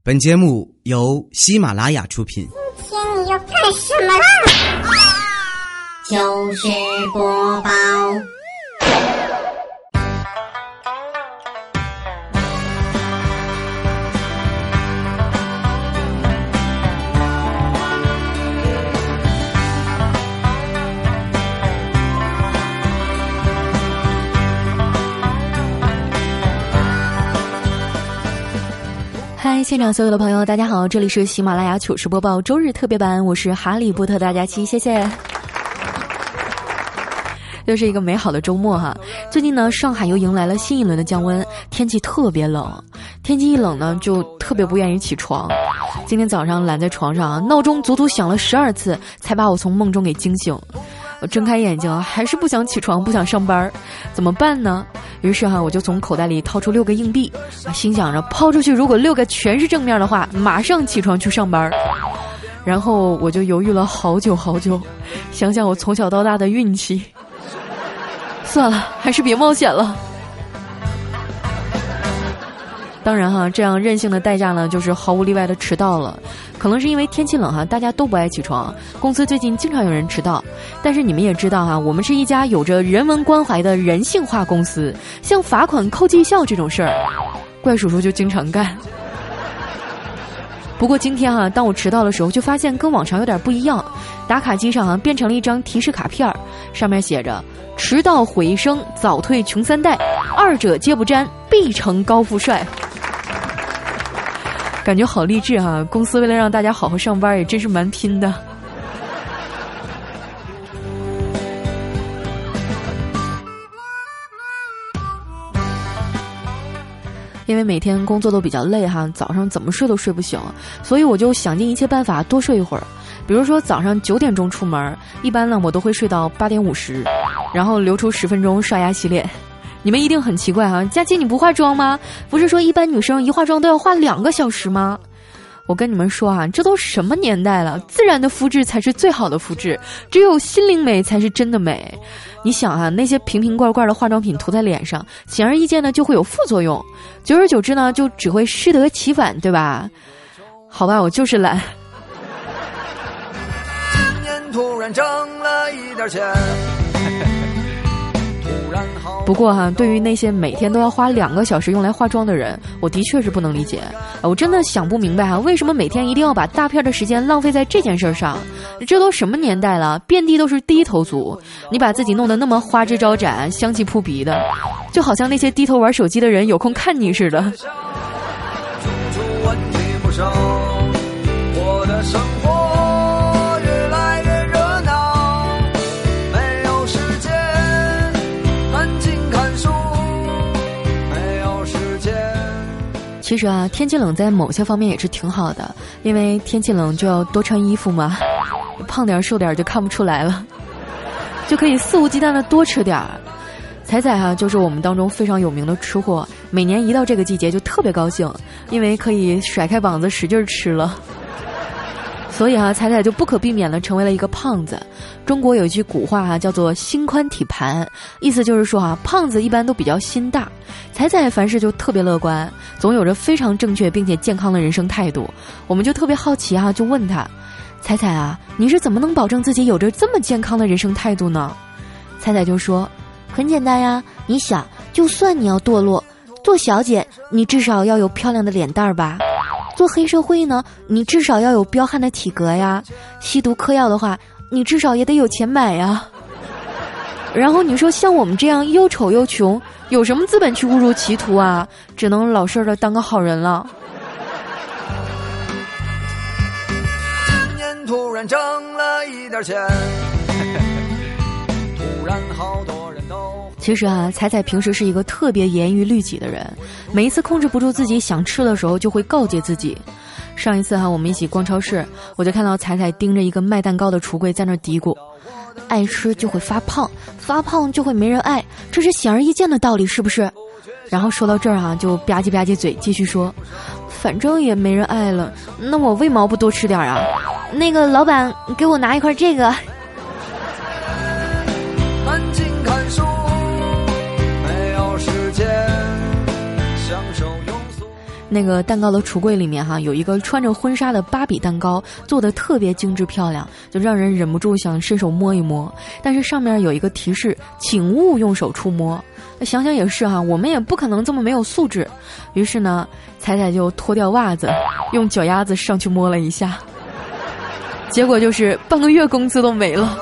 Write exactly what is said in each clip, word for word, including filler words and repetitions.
本节目由喜马拉雅出品。 今天你要干什么啦？ 糗事播报。 嗨，现场所有的朋友大家好，这里是喜马拉雅糗事播报周日特别版，我是哈利波特大家期，谢谢。又是一个美好的周末哈。最近呢，上海又迎来了新一轮的降温，天气特别冷，天气一冷呢就特别不愿意起床。今天早上懒在床上啊，闹钟足足响了十二次才把我从梦中给惊醒。我睁开眼睛还是不想起床，不想上班，怎么办呢？于是哈，我就从口袋里掏出六个硬币，心想着抛出去，如果六个全是正面的话，马上起床去上班。然后我就犹豫了好久好久，想想我从小到大的运气，算了，还是别冒险了。当然哈，这样任性的代价呢，就是毫无例外的迟到了。可能是因为天气冷哈，大家都不爱起床，公司最近经常有人迟到。但是你们也知道哈，我们是一家有着人文关怀的人性化公司，像罚款扣绩效这种事儿，怪叔叔就经常干。不过今天哈，当我迟到的时候，就发现跟往常有点不一样，打卡机上哈变成了一张提示卡片，上面写着迟到毁一生，早退穷三代，二者皆不沾，必成高富帅。感觉好励志哈！公司为了让大家好好上班，也真是蛮拼的。因为每天工作都比较累哈，早上怎么睡都睡不醒，所以我就想尽一切办法多睡一会儿。比如说早上九点钟出门，一般呢我都会睡到八点五十，然后留出十分钟刷牙洗脸。你们一定很奇怪哈，佳琪你不化妆吗？不是说一般女生一化妆都要化两个小时吗？我跟你们说啊，这都什么年代了，自然的肤质才是最好的肤质，只有心灵美才是真的美。你想啊，那些瓶瓶罐罐的化妆品涂在脸上，显而易见呢就会有副作用，久而久之呢就只会适得其反，对吧？好吧，我就是懒。 今年突然挣了一点钱。 不过哈、啊，对于那些每天都要花两个小时用来化妆的人，我的确是不能理解。我真的想不明白哈、啊，为什么每天一定要把大片的时间浪费在这件事上？这都什么年代了，遍地都是低头族，你把自己弄得那么花枝招展、香气扑鼻的，就好像那些低头玩手机的人有空看你似的。 我的生活越来越热闹，没有时间安静看书，没有时间。 其实啊，天气冷在某些方面也是挺好的，因为天气冷就要多穿衣服嘛，胖点瘦点就看不出来了，就可以肆无忌惮的多吃点儿。彩彩哈、啊、就是我们当中非常有名的吃货，每年一到这个季节就特别高兴，因为可以甩开膀子使劲吃了。所以哈、啊，彩彩就不可避免的成为了一个胖子。中国有一句古话哈、啊，叫做心宽体盘，意思就是说啊，胖子一般都比较心大。彩彩凡事就特别乐观，总有着非常正确并且健康的人生态度。我们就特别好奇哈、啊，就问他，彩彩啊，你是怎么能保证自己有着这么健康的人生态度呢？彩彩就说，很简单呀，你想，就算你要堕落，做小姐，你至少要有漂亮的脸蛋儿吧。做黑社会呢，你至少要有彪悍的体格呀。吸毒嗑药的话，你至少也得有钱买呀。然后你说像我们这样又丑又穷，有什么资本去误入歧途啊？只能老实的当个好人了。 今年突然挣了一点钱，突然好多人都。 其实啊，彩彩平时是一个特别严于律己的人，每一次控制不住自己想吃的时候，就会告诫自己。上一次哈、啊，我们一起逛超市，我就看到彩彩盯着一个卖蛋糕的橱柜在那嘀咕：“爱吃就会发胖，发胖就会没人爱，这是显而易见的道理，是不是？”然后说到这儿啊，就吧唧吧唧嘴，继续说：“反正也没人爱了，那我为毛不多吃点啊？那个老板，给我拿一块这个。” 安静看书，没有时间享受庸俗。 那个蛋糕的橱柜里面哈，有一个穿着婚纱的芭比蛋糕，做的特别精致漂亮，就让人忍不住想伸手摸一摸。但是上面有一个提示，请勿用手触摸。想想也是哈，我们也不可能这么没有素质。于是呢，彩彩就脱掉袜子，用脚丫子上去摸了一下，结果就是半个月工资都没了。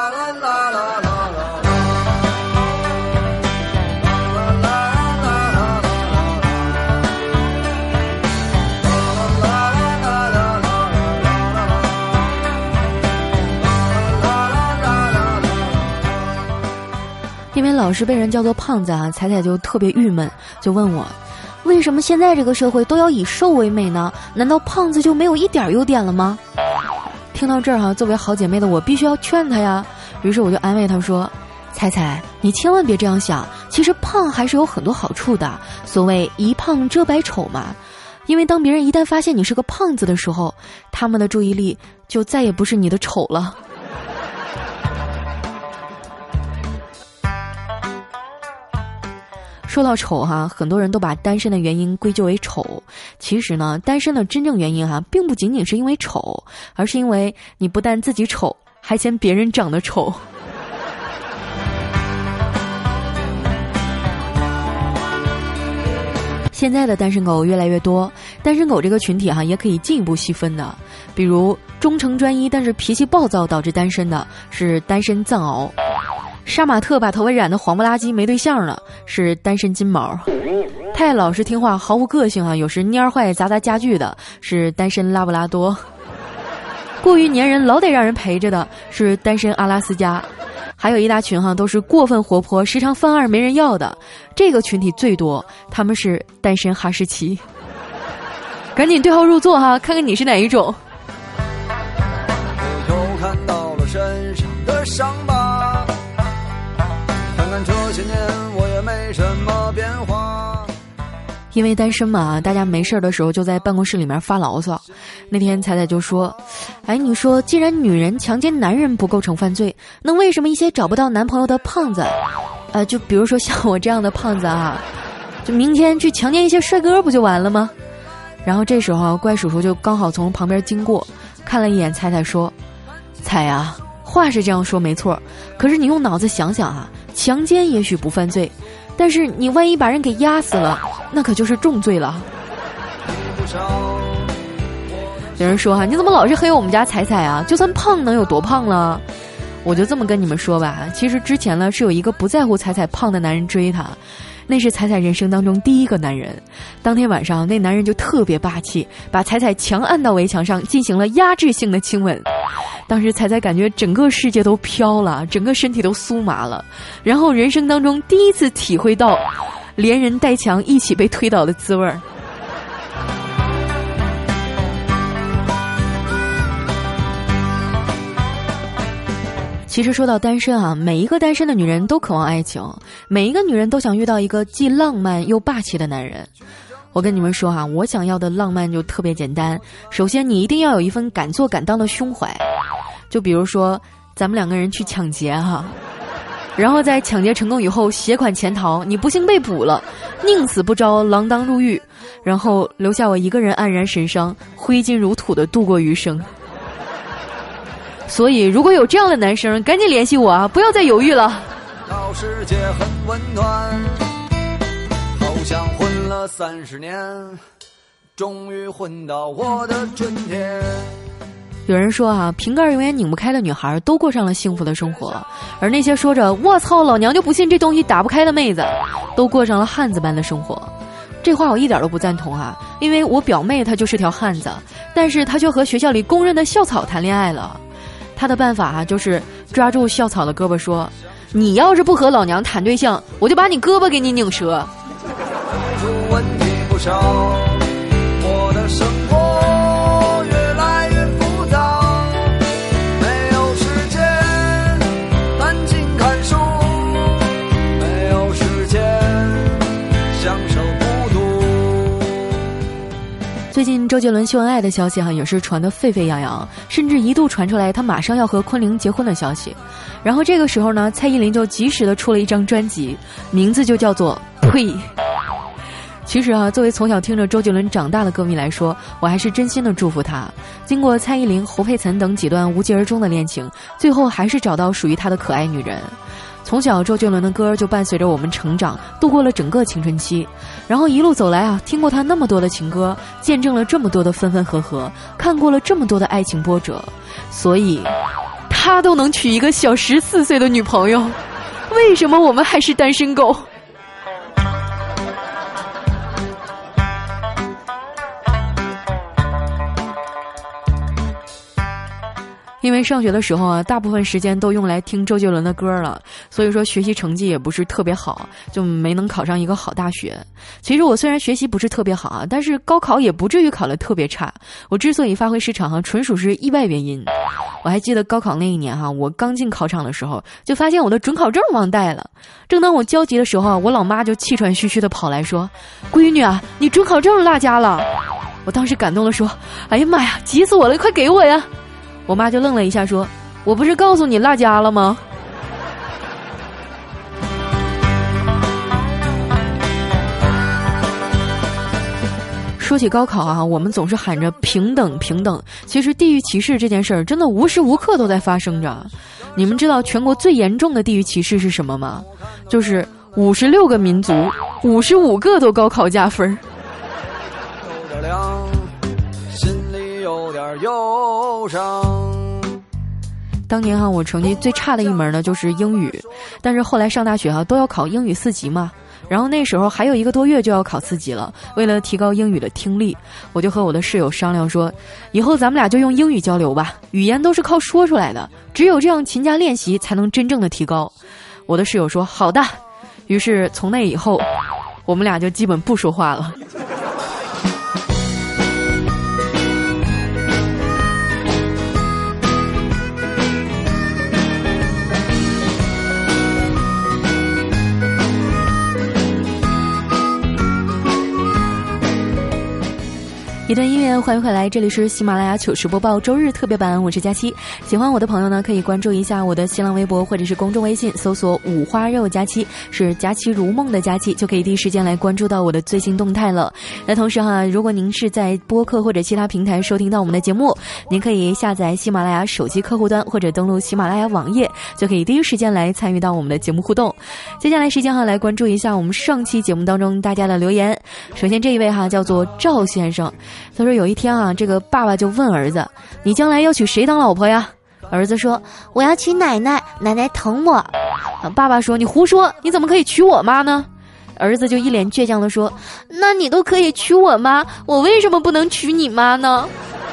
因为老是被人叫做胖子啊，彩彩就特别郁闷，就问我，为什么现在这个社会都要以瘦为美呢？难道胖子就没有一点优点了吗？听到这儿哈、啊，作为好姐妹的我必须要劝她呀。于是我就安慰她说，彩彩，你千万别这样想，其实胖还是有很多好处的，所谓一胖遮百丑嘛。因为当别人一旦发现你是个胖子的时候，他们的注意力就再也不是你的丑了。说到丑哈，很多人都把单身的原因归咎为丑。其实呢，单身的真正原因哈，并不仅仅是因为丑，而是因为你不但自己丑，还嫌别人长得丑。现在的单身狗越来越多，单身狗这个群体哈，也可以进一步细分的。比如忠诚专一但是脾气暴躁导致单身的，是单身藏獒。杀马特把头发染得黄不拉几没对象了，是单身金毛；太老实听话毫无个性啊，有时蔫坏砸砸家具的，是单身拉布拉多；过于粘人老得让人陪着的，是单身阿拉斯加；还有一大群哈、啊、都是过分活泼时常犯二没人要的，这个群体最多，他们是单身哈士奇。赶紧对号入座哈，看看你是哪一种。 我又看到了身上的伤疤，看看这些年我也没什么变化。 因为单身嘛，大家没事的时候就在办公室里面发牢骚。那天彩彩就说，哎，你说既然女人强奸男人不构成犯罪，那为什么一些找不到男朋友的胖子，呃，就比如说像我这样的胖子啊，就明天去强奸一些帅哥不就完了吗？然后这时候怪叔叔就刚好从旁边经过，看了一眼彩彩说，彩啊，话是这样说没错，可是你用脑子想想啊，强奸也许不犯罪，但是你万一把人给压死了，那可就是重罪了。有人说哈，你怎么老是黑我们家彩彩啊？就算胖能有多胖了？我就这么跟你们说吧，其实之前呢是有一个不在乎彩彩胖的男人追她，那是彩彩人生当中第一个男人。当天晚上那男人就特别霸气，把彩彩强按到围墙上进行了压制性的亲吻。当时彩彩感觉整个世界都飘了，整个身体都酥麻了，然后人生当中第一次体会到连人带墙一起被推倒的滋味儿。其实说到单身啊，每一个单身的女人都渴望爱情，每一个女人都想遇到一个既浪漫又霸气的男人。我跟你们说哈，我想要的浪漫就特别简单，首先你一定要有一份敢做敢当的胸怀。就比如说咱们两个人去抢劫哈，然后在抢劫成功以后携款潜逃，你不幸被捕了，宁死不招锒铛入狱，然后留下我一个人黯然神伤，挥金如土的度过余生。所以如果有这样的男生，赶紧联系我啊，不要再犹豫了。 老世界很温暖，好像混了三十年，终于混到我的春天。 有人说啊，瓶盖永远拧不开的女孩都过上了幸福的生活，而那些说着我操老娘就不信这东西打不开的妹子，都过上了汉子般的生活。这话我一点都不赞同啊，因为我表妹她就是条汉子，但是她却和学校里公认的校草谈恋爱了。她的办法啊，就是抓住校草的胳膊说，你要是不和老娘谈对象，我就把你胳膊给你拧折。 出问题不少，我的生活越来越复杂，没有时间安静看书，没有时间享受孤独。 最近周杰伦秀恩爱的消息哈、啊、也是传得沸沸扬扬，甚至一度传出来他马上要和昆凌结婚的消息。然后这个时候呢，蔡依林就及时的出了一张专辑，名字就叫做《呸》。 其实啊，作为从小听着周杰伦长大的歌迷来说，我还是真心的祝福他。经过蔡依林、侯佩岑等几段无疾而终的恋情，最后还是找到属于他的可爱女人。从小周杰伦的歌就伴随着我们成长，度过了整个青春期。然后一路走来啊，听过他那么多的情歌，见证了这么多的分分合合，看过了这么多的爱情波折，所以他都能娶一个小十四岁的女朋友，为什么我们还是单身狗？因为上学的时候啊，大部分时间都用来听周杰伦的歌了，所以说学习成绩也不是特别好，就没能考上一个好大学。其实我虽然学习不是特别好啊，但是高考也不至于考得特别差。我之所以发挥失常哈，纯属是意外原因。我还记得高考那一年哈，我刚进考场的时候，就发现我的准考证忘带了。正当我焦急的时候啊，我老妈就气喘吁吁地跑来说：“闺女啊，你准考证落家了。”我当时感动地说：“哎呀妈呀，急死我了，快给我呀！”我妈就愣了一下说：“我不是告诉你落家了吗？”说起高考啊，我们总是喊着平等平等，其实地域歧视这件事儿真的无时无刻都在发生着。你们知道全国最严重的地域歧视是什么吗？就是五十六个民族，五十五个都高考加分。 有点凉，心里有点忧伤。 当年哈、啊，我成绩最差的一门呢就是英语，但是后来上大学哈、啊、都要考英语四级嘛，然后那时候还有一个多月就要考四级了，为了提高英语的听力，我就和我的室友商量说，以后咱们俩就用英语交流吧，语言都是靠说出来的，只有这样勤加练习才能真正的提高。我的室友说好的，于是从那以后，我们俩就基本不说话了。一段音乐，欢迎回来，这里是喜马拉雅糗事播报周日特别版，我是佳期。喜欢我的朋友呢，可以关注一下我的新浪微博或者是公众微信，搜索五花肉佳期，是佳期如梦的佳期，就可以第一时间来关注到我的最新动态了。那同时哈，如果您是在播客或者其他平台收听到我们的节目，您可以下载喜马拉雅手机客户端或者登录喜马拉雅网页，就可以第一时间来参与到我们的节目互动。接下来时间哈，来关注一下我们上期节目当中大家的留言。首先这一位哈叫做赵先生，他说有一天啊，这个爸爸就问儿子，你将来要娶谁当老婆呀？儿子说，我要娶奶奶，奶奶疼我。爸爸说，你胡说，你怎么可以娶我妈呢？儿子就一脸倔强地说，那你都可以娶我妈，我为什么不能娶你妈呢？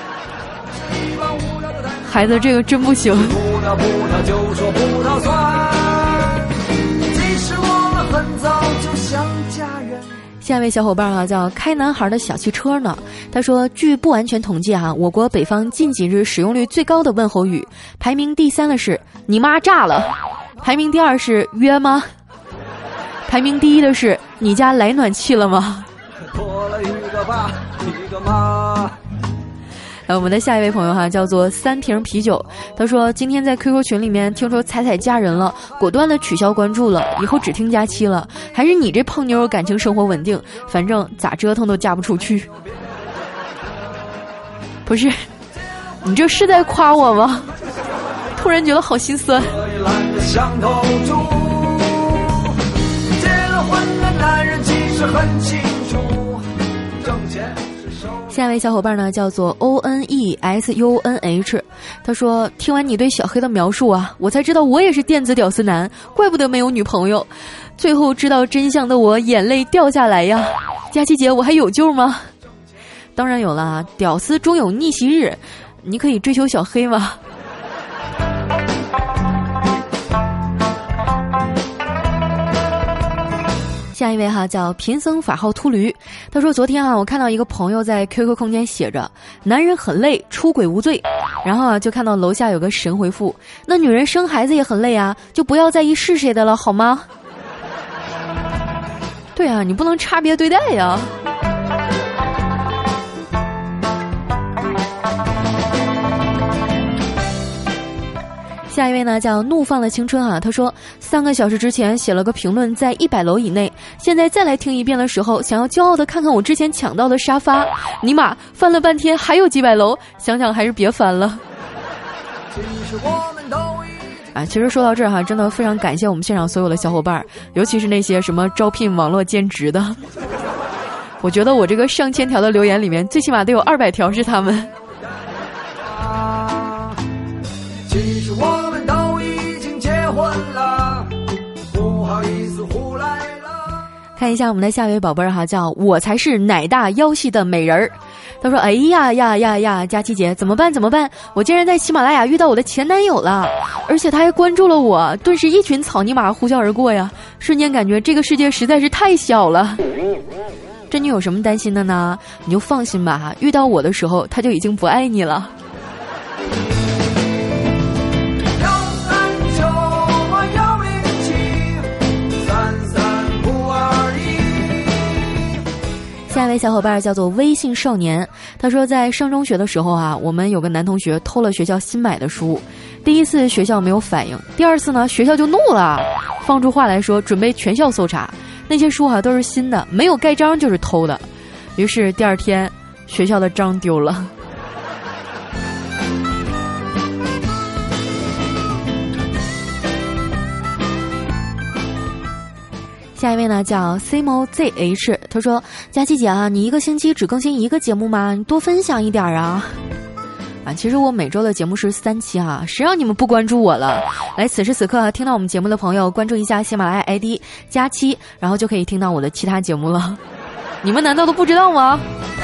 孩子这个真不行。 葡萄葡萄就说葡萄酸，即使我们很早就想家人。 下一位小伙伴啊，叫开男孩的小汽车呢。他说，据不完全统计啊，我国北方近几日使用率最高的问候语，排名第三的是你妈炸了，排名第二是约吗？排名第一的是你家来暖气了吗？ 多了一个爸，一个妈。 呃，我们的下一位朋友哈、啊、叫做三瓶啤酒，他说今天在 Q Q 群里面听说彩彩嫁人了，果断的取消关注了，以后只听佳期了。还是你这胖妞感情生活稳定，反正咋折腾都嫁不出去。不是，你这是在夸我吗？突然觉得好心酸。 懒得像头猪，结了婚的男人其实很清楚，挣钱。 下一位小伙伴呢叫做 O N E S U N H， 他说听完你对小黑的描述啊，我才知道我也是电子屌丝男，怪不得没有女朋友。最后知道真相的我眼泪掉下来呀，佳琪姐我还有救吗？当然有了，屌丝终有逆袭日，你可以追求小黑吗？下一位哈叫贫僧法号秃驴，他说昨天啊我看到一个朋友在 Q Q 空间写着男人很累，出轨无罪，然后啊就看到楼下有个神回复，那女人生孩子也很累啊，就不要在意是谁的了好吗？对啊，你不能差别对待呀。 下一位呢叫怒放的青春啊，他说三个小时之前写了个评论在一百楼以内，现在再来听一遍的时候，想要骄傲的看看我之前抢到的沙发，尼玛翻了半天还有几百楼，想想还是别翻了。啊，其实说到这儿哈，真的非常感谢我们现场所有的小伙伴，尤其是那些什么招聘网络兼职的，我觉得我这个上千条的留言里面，最起码得有二百条是他们。 其实我们都已经结婚了，不好意思胡来了。 看一下我们的下一位宝贝儿哈，叫我才是奶大腰细的美人儿。他说：“哎呀呀呀呀，佳琪姐怎么办怎么办？我竟然在喜马拉雅遇到我的前男友了，而且他还关注了我，顿时一群草泥马呼啸而过呀！瞬间感觉这个世界实在是太小了。这你有什么担心的呢？你就放心吧，遇到我的时候他就已经不爱你了。”下一位小伙伴叫做微信少年，他说在上中学的时候啊，我们有个男同学偷了学校新买的书，第一次学校没有反应，第二次呢学校就怒了，放出话来说准备全校搜查，那些书啊都是新的，没有盖章就是偷的。于是第二天学校的章丢了。下一位呢叫 C M O Z H， 他说佳琪姐啊，你一个星期只更新一个节目吗？你多分享一点啊。啊，其实我每周的节目是三期啊，谁让你们不关注我了？来，此时此刻、啊、听到我们节目的朋友，关注一下喜马拉雅 I D 加七，然后就可以听到我的其他节目了。你们难道都不知道吗？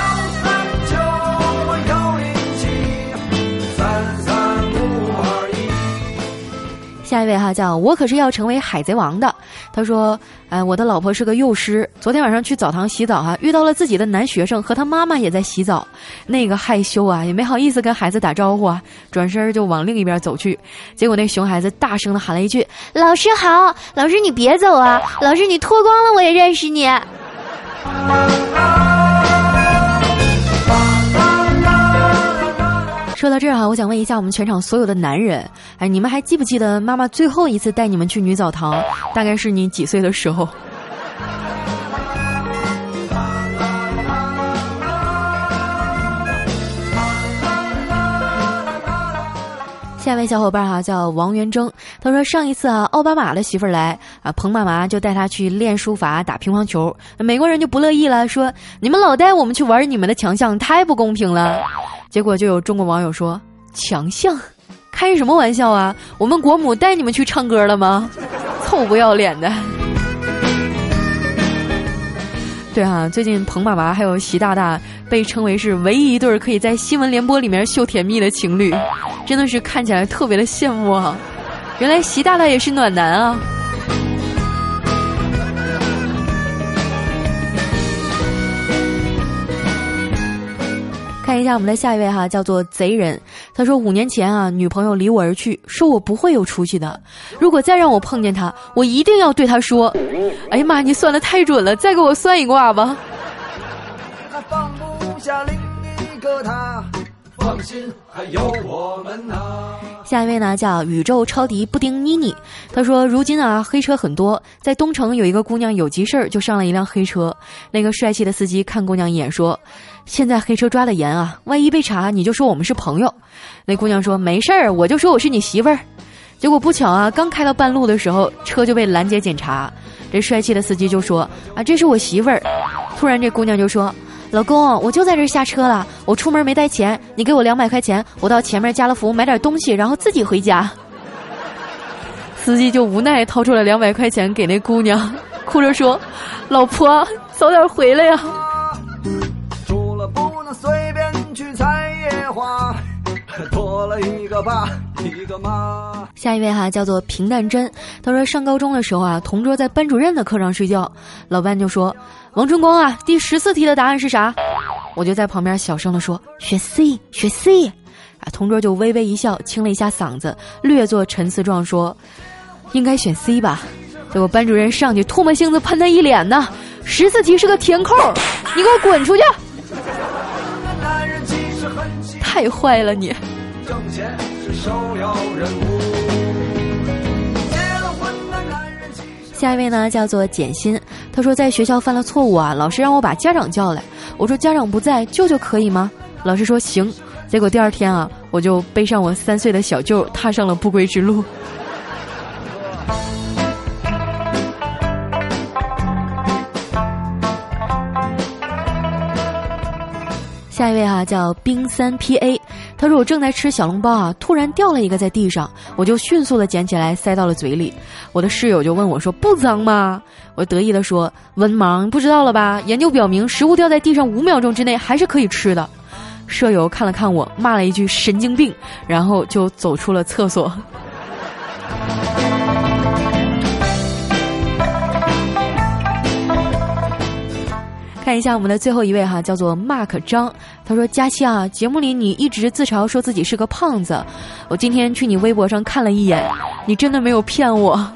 下一位哈叫我可是要成为海贼王的，他说，哎，我的老婆是个幼师，昨天晚上去澡堂洗澡哈、啊，遇到了自己的男学生和他妈妈也在洗澡，那个害羞啊，也没好意思跟孩子打招呼啊，转身就往另一边走去，结果那熊孩子大声的喊了一句：“老师好！”老师你别走啊！老师你脱光了我也认识你。说到这儿哈、啊，我想问一下我们全场所有的男人，哎，你们还记不记得妈妈最后一次带你们去女澡堂，大概是你几岁的时候？下一位小伙伴哈、啊、叫王元征，他说上一次啊奥巴马的媳妇儿来啊，彭妈妈就带他去练书法打乒乓球，美国人就不乐意了，说你们老带我们去玩你们的强项，太不公平了。结果就有中国网友说强项，开什么玩笑啊，我们国母带你们去唱歌了吗？臭不要脸的。对啊，最近彭妈妈还有习大大被称为是唯一一对可以在新闻联播里面秀甜蜜的情侣，真的是看起来特别的羡慕啊！原来习大大也是暖男啊！看一下我们的下一位哈，叫做贼人。他说五年前啊，女朋友离我而去，说我不会有出息的。如果再让我碰见她，我一定要对她说：“哎呀妈，你算得太准了，再给我算一卦吧。” 放不下另一个他，放心，还有我们呢。 下一位呢叫宇宙超迪布丁妮妮，他说如今啊黑车很多，在东城有一个姑娘有急事儿就上了一辆黑车，那个帅气的司机看姑娘一眼说：“现在黑车抓得严啊，万一被查你就说我们是朋友。”那姑娘说：“没事儿，我就说我是你媳妇儿。”结果不巧啊，刚开到半路的时候，车就被拦截检查，这帅气的司机就说：“啊，这是我媳妇儿。”突然这姑娘就说：“老公，我就在这儿下车了，我出门没带钱，你给我两百块钱，我到前面家乐福买点东西，然后自己回家。”司机就无奈掏出了两百块钱给那姑娘，哭着说：“老婆，早点回来呀！” 除了不能随便去采野花，多了一个爸一个妈。 下一位哈叫做平淡真，他说上高中的时候啊，同桌在班主任的课上睡觉，老班就说：“王春光啊，第十四题的答案是啥？”我就在旁边小声的说：“选 C， 选 C。”啊，同桌就微微一笑，清了一下嗓子，略作沉思状说：“应该选 C 吧。”结果班主任上去唾沫星子喷他一脸呢，十四题是个填空，你给我滚出去！太坏了你！ 挣钱是首要任务。结了婚的男人其实下一位呢叫做简心，他说在学校犯了错误啊，老师让我把家长叫来，我说家长不在，舅舅可以吗？老师说行。结果第二天啊，我就背上我三岁的小舅，踏上了不归之路。下一位哈、啊、叫冰三 P A， 他说我正在吃小笼包啊，突然掉了一个在地上，我就迅速的捡起来塞到了嘴里。我的室友就问我说不脏吗？我得意的说文盲不知道了吧？研究表明食物掉在地上五秒钟之内还是可以吃的。舍友看了看我，骂了一句神经病，然后就走出了厕所。看一下我们的最后一位哈，叫做 Mark 张，他说佳期啊，节目里你一直自嘲说自己是个胖子，我今天去你微博上看了一眼，你真的没有骗我。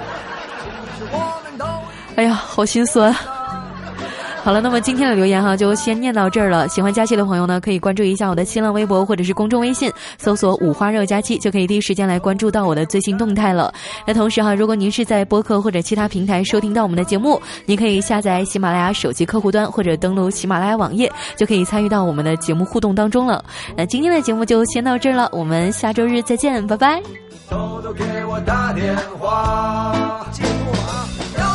哎呀，好心酸。好了，那么今天的留言哈就先念到这儿了。喜欢佳期的朋友呢，可以关注一下我的新浪微博或者是公众微信，搜索五花肉佳期，就可以第一时间来关注到我的最新动态了。那同时哈，如果您是在播客或者其他平台收听到我们的节目，您可以下载喜马拉雅手机客户端或者登录喜马拉雅网页，就可以参与到我们的节目互动当中了。那今天的节目就先到这儿了，我们下周日再见，拜拜。 偷偷给我打电话，记住啊。